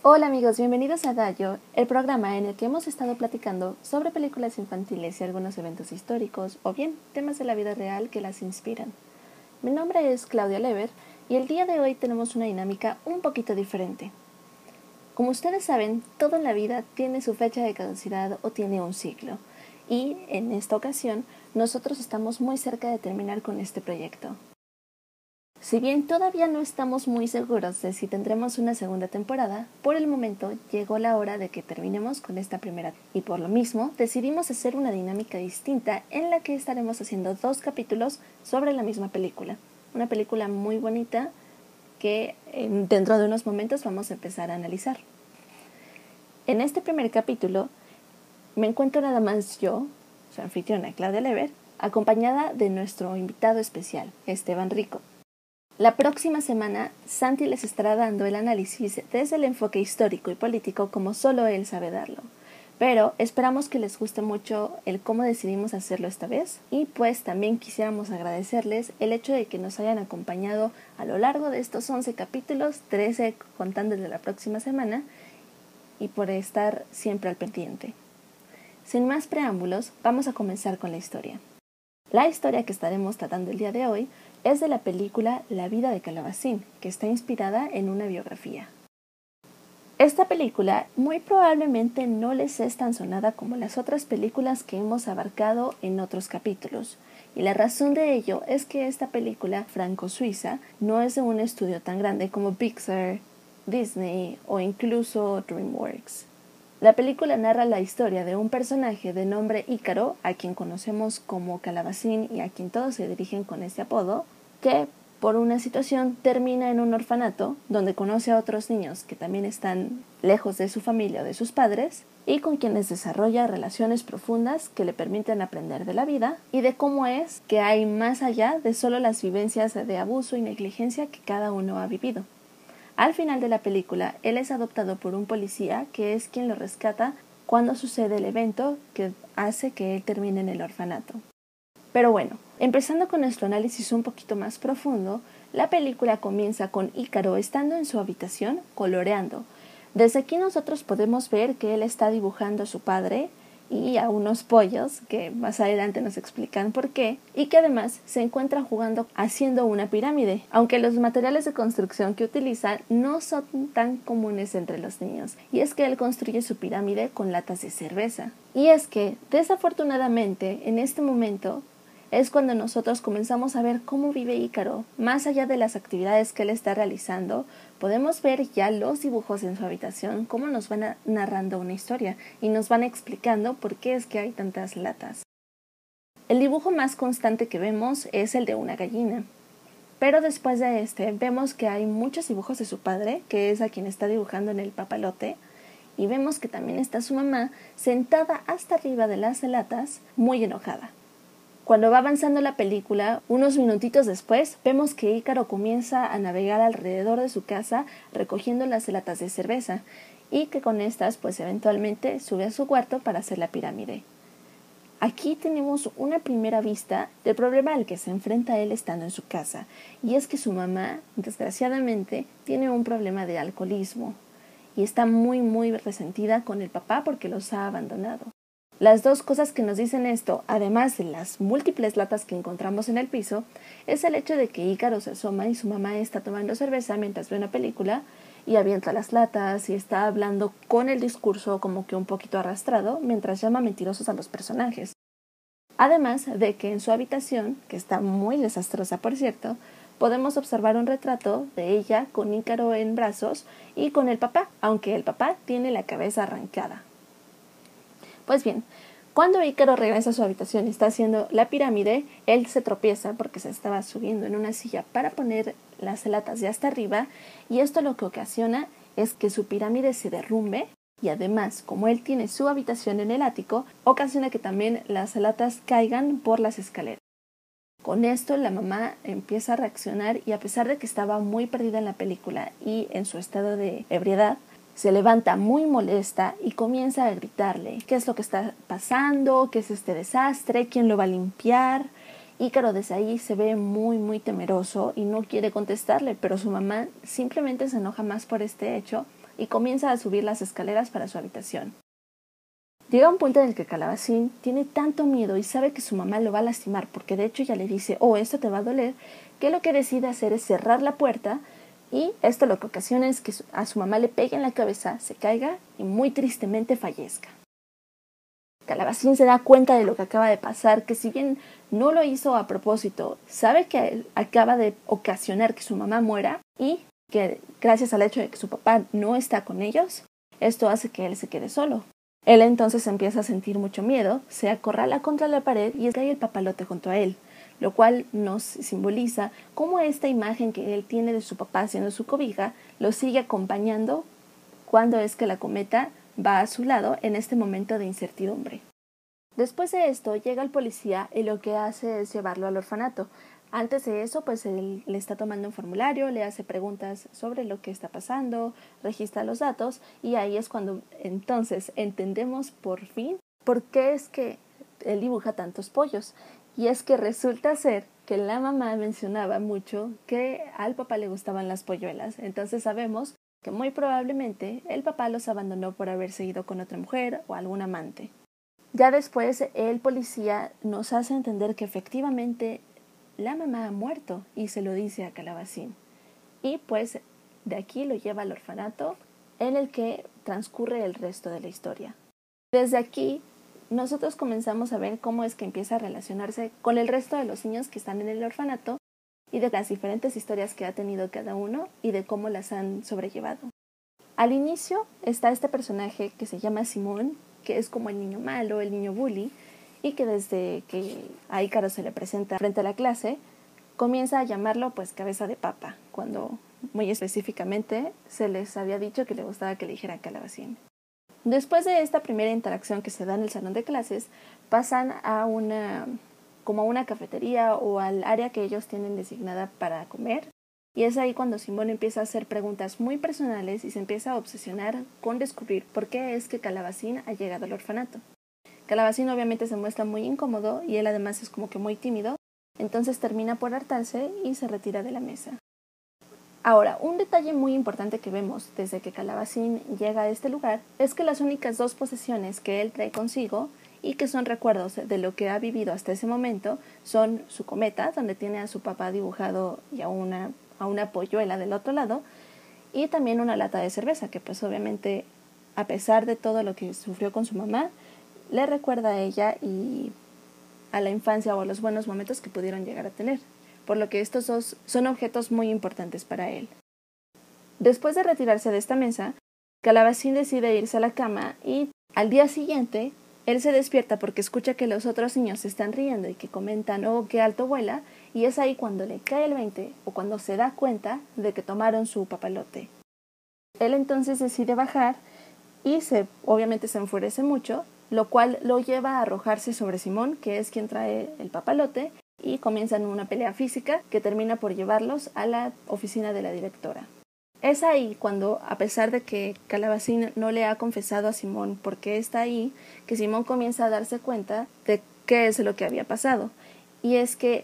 Hola amigos, bienvenidos a Dayo, el programa en el que hemos estado platicando sobre películas infantiles y algunos eventos históricos o bien temas de la vida real que las inspiran. Mi nombre es Claudia Lever y el día de hoy tenemos una dinámica un poquito diferente. Como ustedes saben, todo en la vida tiene su fecha de caducidad o tiene un ciclo y en esta ocasión nosotros estamos muy cerca de terminar con este proyecto. Si bien todavía no estamos muy seguros de si tendremos una segunda temporada, por el momento llegó la hora de que terminemos con esta primera y por lo mismo decidimos hacer una dinámica distinta en la que estaremos haciendo 2 capítulos sobre la misma película. Una película muy bonita que dentro de unos momentos vamos a empezar a analizar. En este primer capítulo me encuentro nada más yo, su anfitriona Claudia Lever, acompañada de nuestro invitado especial, Esteban Rico. La próxima semana, Santi les estará dando el análisis desde el enfoque histórico y político como solo él sabe darlo. Pero esperamos que les guste mucho el cómo decidimos hacerlo esta vez y pues también quisiéramos agradecerles el hecho de que nos hayan acompañado a lo largo de estos 11 capítulos, 13 contando de la próxima semana y por estar siempre al pendiente. Sin más preámbulos, vamos a comenzar con la historia. La historia que estaremos tratando el día de hoy es de la película La vida de Calabacín, que está inspirada en una biografía. Esta película muy probablemente no les es tan sonada como las otras películas que hemos abarcado en otros capítulos, y la razón de ello es que esta película franco-suiza no es de un estudio tan grande como Pixar, Disney o incluso DreamWorks. La película narra la historia de un personaje de nombre Ícaro, a quien conocemos como Calabacín y a quien todos se dirigen con este apodo, que por una situación termina en un orfanato donde conoce a otros niños que también están lejos de su familia o de sus padres y con quienes desarrolla relaciones profundas que le permiten aprender de la vida y de cómo es que hay más allá de solo las vivencias de abuso y negligencia que cada uno ha vivido. Al final de la película, él es adoptado por un policía que es quien lo rescata cuando sucede el evento que hace que él termine en el orfanato. Pero bueno, empezando con nuestro análisis un poquito más profundo, la película comienza con Ícaro estando en su habitación coloreando. Desde aquí nosotros podemos ver que él está dibujando a su padre y a unos pollos, que más adelante nos explican por qué, y que además se encuentra jugando haciendo una pirámide, aunque los materiales de construcción que utiliza no son tan comunes entre los niños, y es que él construye su pirámide con latas de cerveza. Y es que, desafortunadamente, en este momento, es cuando nosotros comenzamos a ver cómo vive Ícaro. Más allá de las actividades que él está realizando, podemos ver ya los dibujos en su habitación, cómo nos van narrando una historia y nos van explicando por qué es que hay tantas latas. El dibujo más constante que vemos es el de una gallina. Pero después de este vemos que hay muchos dibujos de su padre, que es a quien está dibujando en el papalote, y vemos que también está su mamá sentada hasta arriba de las latas, muy enojada. Cuando va avanzando la película, unos minutitos después, vemos que Ícaro comienza a navegar alrededor de su casa recogiendo las latas de cerveza y que con estas pues eventualmente sube a su cuarto para hacer la pirámide. Aquí tenemos una primera vista del problema al que se enfrenta él estando en su casa, y es que su mamá, desgraciadamente, tiene un problema de alcoholismo y está muy resentida con el papá porque los ha abandonado. Las dos cosas que nos dicen esto, además de las múltiples latas que encontramos en el piso, es el hecho de que Ícaro se asoma y su mamá está tomando cerveza mientras ve una película y avienta las latas y está hablando con el discurso como que un poquito arrastrado mientras llama mentirosos a los personajes. Además de que en su habitación, que está muy desastrosa por cierto, podemos observar un retrato de ella con Ícaro en brazos y con el papá, aunque el papá tiene la cabeza arrancada. Pues bien, cuando Ícaro regresa a su habitación y está haciendo la pirámide, él se tropieza porque se estaba subiendo en una silla para poner las latas de hasta arriba y esto lo que ocasiona es que su pirámide se derrumbe y además, como él tiene su habitación en el ático, ocasiona que también las latas caigan por las escaleras. Con esto la mamá empieza a reaccionar y a pesar de que estaba muy perdida en la película y en su estado de ebriedad, se levanta muy molesta y comienza a gritarle qué es lo que está pasando, qué es este desastre, quién lo va a limpiar. Ícaro desde ahí se ve muy temeroso y no quiere contestarle, pero su mamá simplemente se enoja más por este hecho y comienza a subir las escaleras para su habitación. Llega un punto en el que Calabacín tiene tanto miedo y sabe que su mamá lo va a lastimar, porque de hecho ella le dice, esto te va a doler, que lo que decide hacer es cerrar la puerta, y esto lo que ocasiona es que a su mamá le pegue en la cabeza, se caiga y muy tristemente fallezca. Calabacín se da cuenta de lo que acaba de pasar, que si bien no lo hizo a propósito, sabe que acaba de ocasionar que su mamá muera y que gracias al hecho de que su papá no está con ellos, esto hace que él se quede solo. Él entonces empieza a sentir mucho miedo, se acorrala contra la pared y cae el papalote junto a él, lo cual nos simboliza cómo esta imagen que él tiene de su papá siendo su cobija lo sigue acompañando cuando es que la cometa va a su lado en este momento de incertidumbre. Después de esto llega el policía y lo que hace es llevarlo al orfanato. Antes de eso, pues él le está tomando un formulario, le hace preguntas sobre lo que está pasando, registra los datos y ahí es cuando entonces entendemos por fin por qué es que él dibuja tantos pollos. Y es que resulta ser que la mamá mencionaba mucho que al papá le gustaban las polluelas. Entonces sabemos que muy probablemente el papá los abandonó por haberse ido con otra mujer o algún amante. Ya después el policía nos hace entender que efectivamente la mamá ha muerto y se lo dice a Calabacín. Y pues de aquí lo lleva al orfanato en el que transcurre el resto de la historia. Desde aquí nosotros comenzamos a ver cómo es que empieza a relacionarse con el resto de los niños que están en el orfanato y de las diferentes historias que ha tenido cada uno y de cómo las han sobrellevado. Al inicio está este personaje que se llama Simón, que es como el niño malo, el niño bully, y que desde que a Ícaro se le presenta frente a la clase, comienza a llamarlo pues cabeza de papa, cuando muy específicamente se les había dicho que le gustaba que le dijera Calabacín. Después de esta primera interacción que se da en el salón de clases, pasan a una cafetería o al área que ellos tienen designada para comer. Y es ahí cuando Simón empieza a hacer preguntas muy personales y se empieza a obsesionar con descubrir por qué es que Calabacín ha llegado al orfanato. Calabacín obviamente se muestra muy incómodo y él además es como que muy tímido, entonces termina por hartarse y se retira de la mesa. Ahora, un detalle muy importante que vemos desde que Calabacín llega a este lugar es que las únicas dos posesiones que él trae consigo y que son recuerdos de lo que ha vivido hasta ese momento son su cometa, donde tiene a su papá dibujado y a una polluela del otro lado, y también una lata de cerveza, que pues obviamente, a pesar de todo lo que sufrió con su mamá, le recuerda a ella y a la infancia o a los buenos momentos que pudieron llegar a tener, por lo que estos dos son objetos muy importantes para él. Después de retirarse de esta mesa, Calabacín decide irse a la cama y al día siguiente él se despierta porque escucha que los otros niños se están riendo y que comentan qué alto vuela, y es ahí cuando le cae el 20 o cuando se da cuenta de que tomaron su papalote. Él entonces decide bajar y obviamente se enfurece mucho, lo cual lo lleva a arrojarse sobre Simón, que es quien trae el papalote, y comienzan una pelea física que termina por llevarlos a la oficina de la directora. Es ahí cuando, a pesar de que Calabacín no le ha confesado a Simón por qué está ahí, que Simón comienza a darse cuenta de qué es lo que había pasado. Y es que,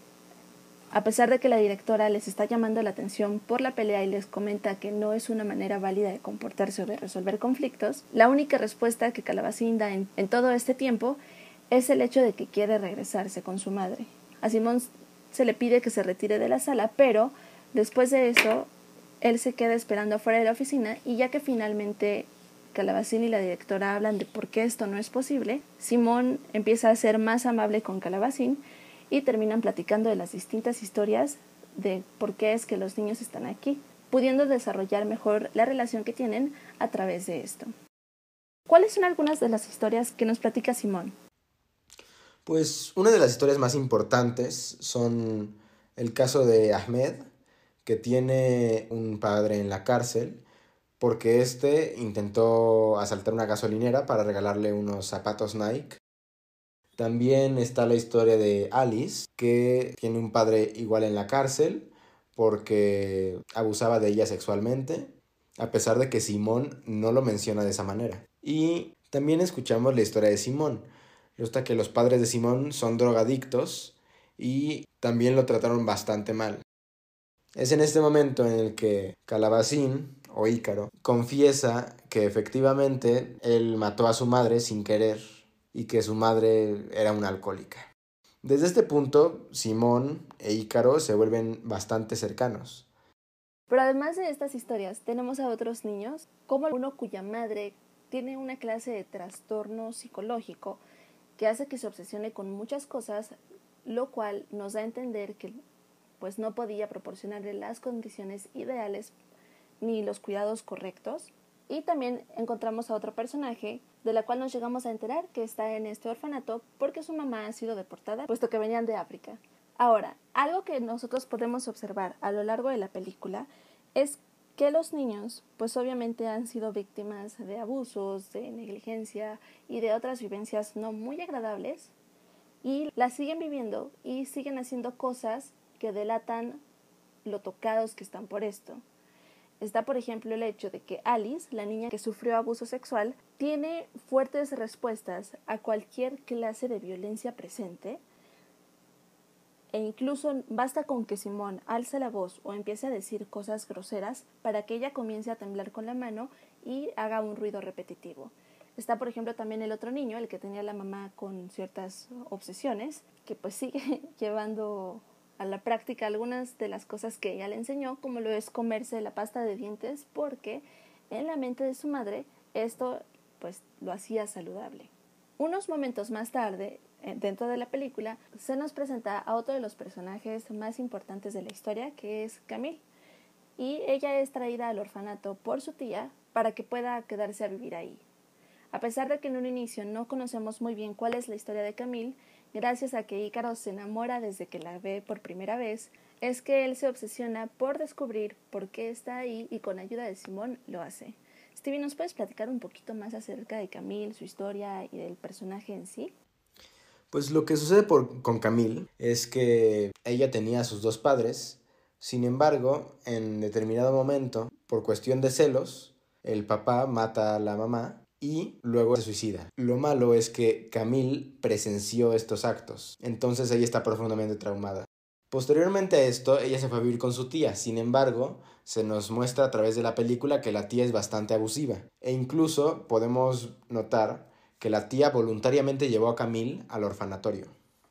a pesar de que la directora les está llamando la atención por la pelea y les comenta que no es una manera válida de comportarse o de resolver conflictos, la única respuesta que Calabacín da en todo este tiempo es el hecho de que quiere regresarse con su madre. A Simón se le pide que se retire de la sala, pero después de eso él se queda esperando afuera de la oficina, y ya que finalmente Calabacín y la directora hablan de por qué esto no es posible, Simón empieza a ser más amable con Calabacín y terminan platicando de las distintas historias de por qué es que los niños están aquí, pudiendo desarrollar mejor la relación que tienen a través de esto. ¿Cuáles son algunas de las historias que nos platica Simón? Pues una de las historias más importantes son el caso de Ahmed, que tiene un padre en la cárcel porque éste intentó asaltar una gasolinera para regalarle unos zapatos Nike. También está la historia de Alice, que tiene un padre igual en la cárcel porque abusaba de ella sexualmente, a pesar de que Simón no lo menciona de esa manera. Y también escuchamos la historia de Simón. Resulta que los padres de Simón son drogadictos y también lo trataron bastante mal. Es en este momento en el que Calabacín o Ícaro, confiesa que efectivamente él mató a su madre sin querer y que su madre era una alcohólica. Desde este punto, Simón e Ícaro se vuelven bastante cercanos. Pero además de estas historias, tenemos a otros niños, como uno cuya madre tiene una clase de trastorno psicológico que hace que se obsesione con muchas cosas, lo cual nos da a entender que pues no podía proporcionarle las condiciones ideales ni los cuidados correctos. Y también encontramos a otro personaje de la cual nos llegamos a enterar que está en este orfanato porque su mamá ha sido deportada, puesto que venían de África. Ahora, algo que nosotros podemos observar a lo largo de la película es que los niños, pues obviamente han sido víctimas de abusos, de negligencia y de otras vivencias no muy agradables, y las siguen viviendo y siguen haciendo cosas que delatan lo tocados que están por esto. Está, por ejemplo, el hecho de que Alice, la niña que sufrió abuso sexual, tiene fuertes respuestas a cualquier clase de violencia presente, e incluso basta con que Simón alce la voz o empiece a decir cosas groseras para que ella comience a temblar con la mano y haga un ruido repetitivo. Está, por ejemplo, también el otro niño, el que tenía a la mamá con ciertas obsesiones, que pues sigue llevando a la práctica algunas de las cosas que ella le enseñó, como lo es comerse la pasta de dientes, porque en la mente de su madre esto pues lo hacía saludable. Unos momentos más tarde, dentro de la película, se nos presenta a otro de los personajes más importantes de la historia, que es Camille, y ella es traída al orfanato por su tía para que pueda quedarse a vivir ahí. A pesar de que en un inicio no conocemos muy bien cuál es la historia de Camille, gracias a que Ícaro se enamora desde que la ve por primera vez, es que él se obsesiona por descubrir por qué está ahí y con ayuda de Simón lo hace. Stevie, ¿nos puedes platicar un poquito más acerca de Camille, su historia y del personaje en sí? Pues lo que sucede con Camille es que ella tenía a sus dos padres, sin embargo, en determinado momento, por cuestión de celos, el papá mata a la mamá y luego se suicida. Lo malo es que Camille presenció estos actos, entonces ella está profundamente traumada. Posteriormente a esto, ella se fue a vivir con su tía, sin embargo, se nos muestra a través de la película que la tía es bastante abusiva, e incluso podemos notar que la tía voluntariamente llevó a Camille al orfanatorio.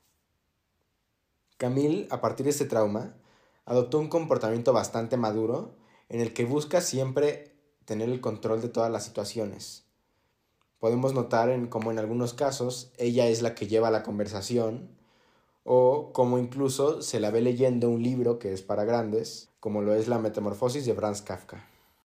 Camille, a partir de este trauma, adoptó un comportamiento bastante maduro en el que busca siempre tener el control de todas las situaciones. Podemos notar cómo en algunos casos ella es la que lleva la conversación o cómo incluso se la ve leyendo un libro que es para grandes, como lo es La Metamorfosis de Franz Kafka.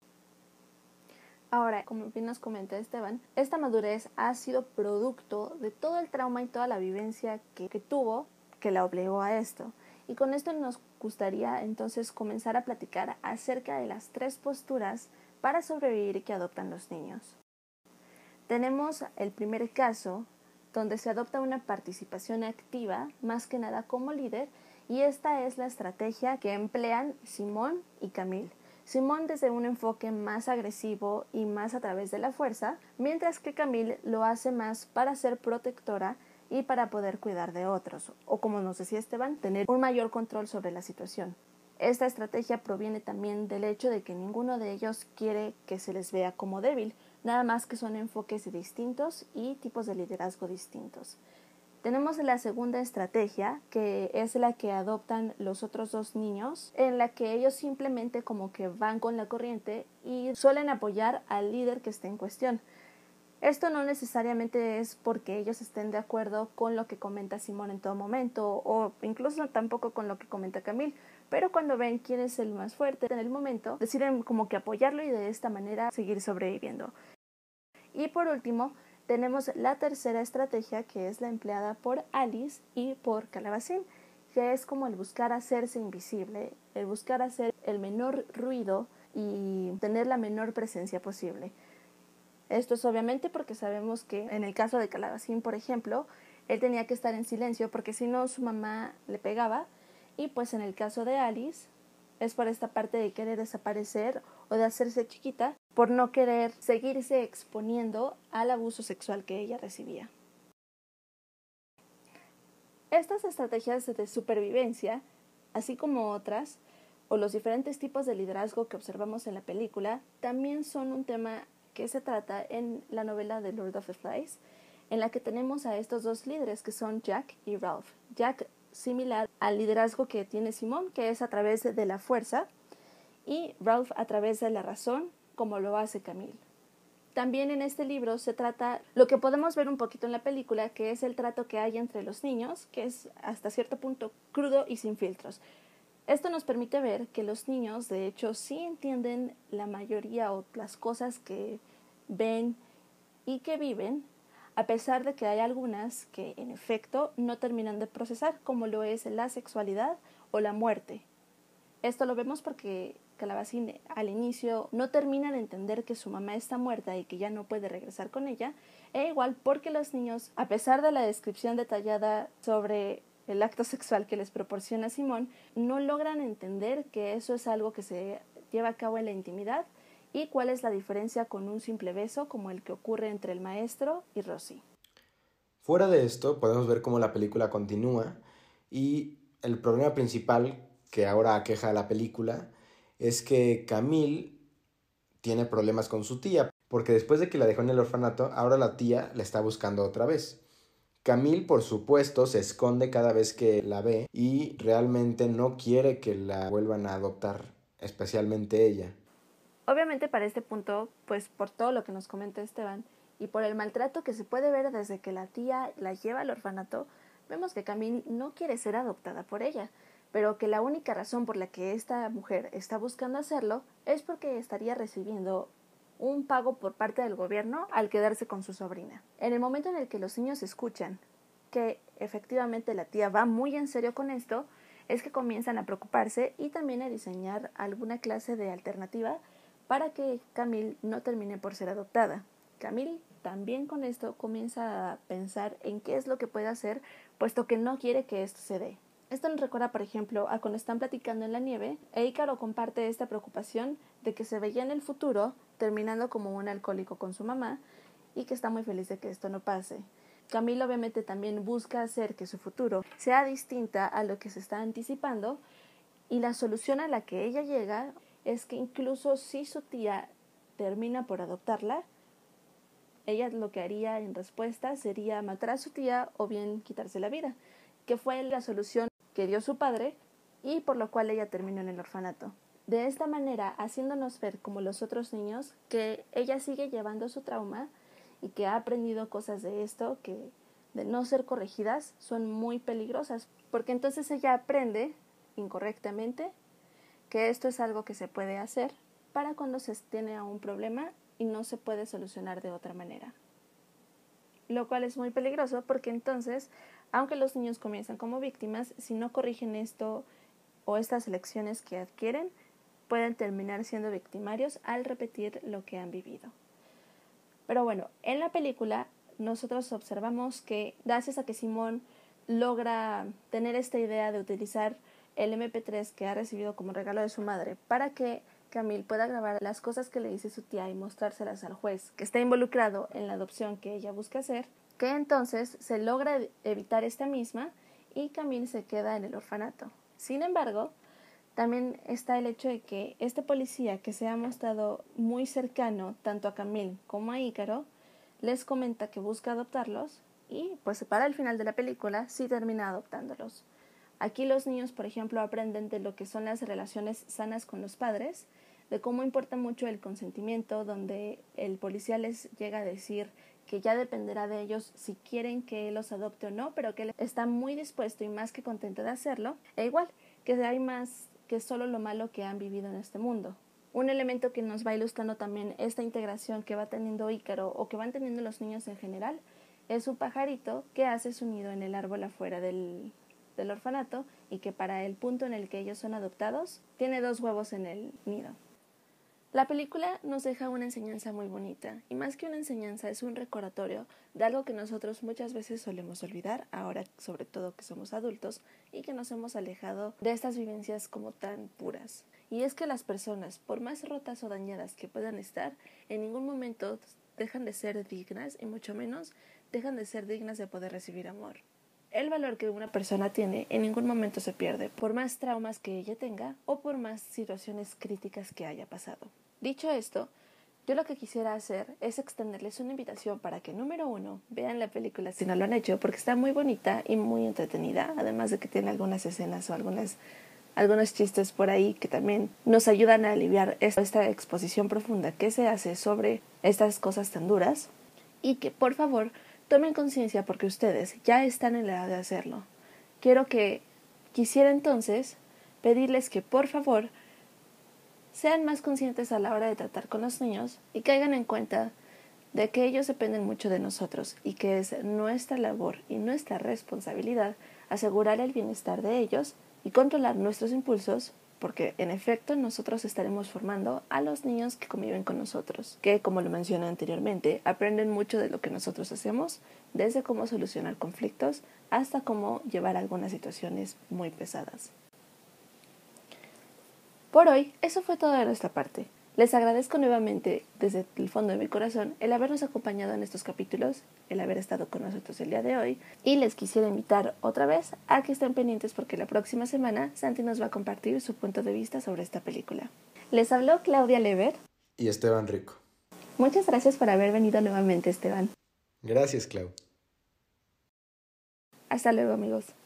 Ahora, como bien nos comenta Esteban, esta madurez ha sido producto de todo el trauma y toda la vivencia que tuvo que la obligó a esto. Y con esto nos gustaría entonces comenzar a platicar acerca de las 3 posturas para sobrevivir que adoptan los niños. Tenemos el primer caso, donde se adopta una participación activa, más que nada como líder, y esta es la estrategia que emplean Simón y Camille. Simón desde un enfoque más agresivo y más a través de la fuerza, mientras que Camille lo hace más para ser protectora y para poder cuidar de otros, o como nos decía Esteban, tener un mayor control sobre la situación. Esta estrategia proviene también del hecho de que ninguno de ellos quiere que se les vea como débil, nada más que son enfoques distintos y tipos de liderazgo distintos. Tenemos la segunda estrategia, que es la que adoptan los otros 2 niños, en la que ellos simplemente como que van con la corriente y suelen apoyar al líder que esté en cuestión. Esto no necesariamente es porque ellos estén de acuerdo con lo que comenta Simón en todo momento, o incluso tampoco con lo que comenta Camille, pero cuando ven quién es el más fuerte en el momento, deciden como que apoyarlo y de esta manera seguir sobreviviendo. Y por último, tenemos la tercera estrategia, que es la empleada por Alice y por Calabacín, que es como el buscar hacerse invisible, el buscar hacer el menor ruido y tener la menor presencia posible. Esto es obviamente porque sabemos que en el caso de Calabacín, por ejemplo, él tenía que estar en silencio porque si no su mamá le pegaba, y pues en el caso de Alice es por esta parte de querer desaparecer o de hacerse chiquita por no querer seguirse exponiendo al abuso sexual que ella recibía. Estas estrategias de supervivencia, así como otras, o los diferentes tipos de liderazgo que observamos en la película también son un tema que se trata en la novela de Lord of the Flies, en la que tenemos a estos dos líderes que son Jack y Ralph. Jack similar al liderazgo que tiene Simone, que es a través de la fuerza, y Ralph a través de la razón, como lo hace Camille. También en este libro se trata lo que podemos ver un poquito en la película, que es el trato que hay entre los niños, que es hasta cierto punto crudo y sin filtros. Esto nos permite ver que los niños, de hecho, sí entienden la mayoría o las cosas que ven y que viven, a pesar de que hay algunas que, en efecto, no terminan de procesar, como lo es la sexualidad o la muerte. Esto lo vemos porque Calabacín al inicio no termina de entender que su mamá está muerta y que ya no puede regresar con ella, e igual porque los niños, a pesar de la descripción detallada sobre el acto sexual que les proporciona Simón, no logran entender que eso es algo que se lleva a cabo en la intimidad y cuál es la diferencia con un simple beso como el que ocurre entre el maestro y Rosie. Fuera de esto, podemos ver cómo la película continúa y el problema principal que ahora aqueja a la película es que Camille tiene problemas con su tía, porque después de que la dejó en el orfanato, ahora la tía la está buscando otra vez. Camille, por supuesto, se esconde cada vez que la ve y realmente no quiere que la vuelvan a adoptar, especialmente ella. Obviamente para este punto, pues por todo lo que nos comenta Esteban y por el maltrato que se puede ver desde que la tía la lleva al orfanato, vemos que Camille no quiere ser adoptada por ella, pero que la única razón por la que esta mujer está buscando hacerlo es porque estaría recibiendo un pago por parte del gobierno al quedarse con su sobrina. En el momento en el que los niños escuchan que efectivamente la tía va muy en serio con esto, es que comienzan a preocuparse y también a diseñar alguna clase de alternativa para que Camille no termine por ser adoptada. Camille también con esto comienza a pensar en qué es lo que puede hacer, puesto que no quiere que esto se dé. Esto nos recuerda, por ejemplo, a cuando están platicando en la nieve, e Ícaro comparte esta preocupación de que se veía en el futuro terminando como un alcohólico con su mamá y que está muy feliz de que esto no pase. Camille obviamente también busca hacer que su futuro sea distinta a lo que se está anticipando y la solución a la que ella llega es que incluso si su tía termina por adoptarla, ella lo que haría en respuesta sería matar a su tía o bien quitarse la vida, que fue la solución que dio su padre y por lo cual ella terminó en el orfanato. De esta manera, haciéndonos ver como los otros niños que ella sigue llevando su trauma y que ha aprendido cosas de esto que de no ser corregidas son muy peligrosas, porque entonces ella aprende incorrectamente que esto es algo que se puede hacer para cuando se tiene a un problema y no se puede solucionar de otra manera. Lo cual es muy peligroso porque entonces, aunque los niños comienzan como víctimas, si no corrigen esto o estas lecciones que adquieren, pueden terminar siendo victimarios al repetir lo que han vivido. Pero bueno, en la película nosotros observamos que gracias a que Simón logra tener esta idea de utilizar el MP3 que ha recibido como regalo de su madre para que Camille pueda grabar las cosas que le dice su tía y mostrárselas al juez que está involucrado en la adopción que ella busca hacer, que entonces se logra evitar esta misma y Camille se queda en el orfanato. Sin embargo, también está el hecho de que este policía que se ha mostrado muy cercano tanto a Camille como a Ícaro les comenta que busca adoptarlos y pues para el final de la película sí termina adoptándolos. Aquí los niños, por ejemplo, aprenden de lo que son las relaciones sanas con los padres, de cómo importa mucho el consentimiento, donde el policía les llega a decir que ya dependerá de ellos si quieren que él los adopte o no, pero que él está muy dispuesto y más que contento de hacerlo, e igual que hay más que solo lo malo que han vivido en este mundo. Un elemento que nos va ilustrando también esta integración que va teniendo Ícaro o que van teniendo los niños en general es un pajarito que hace su nido en el árbol afuera del orfanato y que para el punto en el que ellos son adoptados tiene 2 huevos en el nido. La película nos deja una enseñanza muy bonita y más que una enseñanza es un recordatorio de algo que nosotros muchas veces solemos olvidar, ahora sobre todo que somos adultos y que nos hemos alejado de estas vivencias como tan puras. Y es que las personas, por más rotas o dañadas que puedan estar, en ningún momento dejan de ser dignas y mucho menos dejan de ser dignas de poder recibir amor. el valor que una persona tiene en ningún momento se pierde, por más traumas que ella tenga o por más situaciones críticas que haya pasado. Dicho esto, yo lo que quisiera hacer es extenderles una invitación para que, número 1, vean la película si no lo han hecho, porque está muy bonita y muy entretenida, además de que tiene algunas escenas o algunos chistes por ahí que también nos ayudan a aliviar esta exposición profunda que se hace sobre estas cosas tan duras, y que por favor tomen conciencia porque ustedes ya están en la edad de hacerlo. Quisiera entonces pedirles que por favor sean más conscientes a la hora de tratar con los niños y caigan en cuenta de que ellos dependen mucho de nosotros y que es nuestra labor y nuestra responsabilidad asegurar el bienestar de ellos y controlar nuestros impulsos, porque en efecto nosotros estaremos formando a los niños que conviven con nosotros, que como lo mencioné anteriormente, aprenden mucho de lo que nosotros hacemos, desde cómo solucionar conflictos hasta cómo llevar algunas situaciones muy pesadas. Por hoy, eso fue todo de nuestra parte. Les agradezco nuevamente desde el fondo de mi corazón el habernos acompañado en estos capítulos, el haber estado con nosotros el día de hoy, y les quisiera invitar otra vez a que estén pendientes porque la próxima semana Santi nos va a compartir su punto de vista sobre esta película. Les habló Claudia Lever y Esteban Rico. Muchas gracias por haber venido nuevamente, Esteban. Gracias, Clau. Hasta luego, amigos.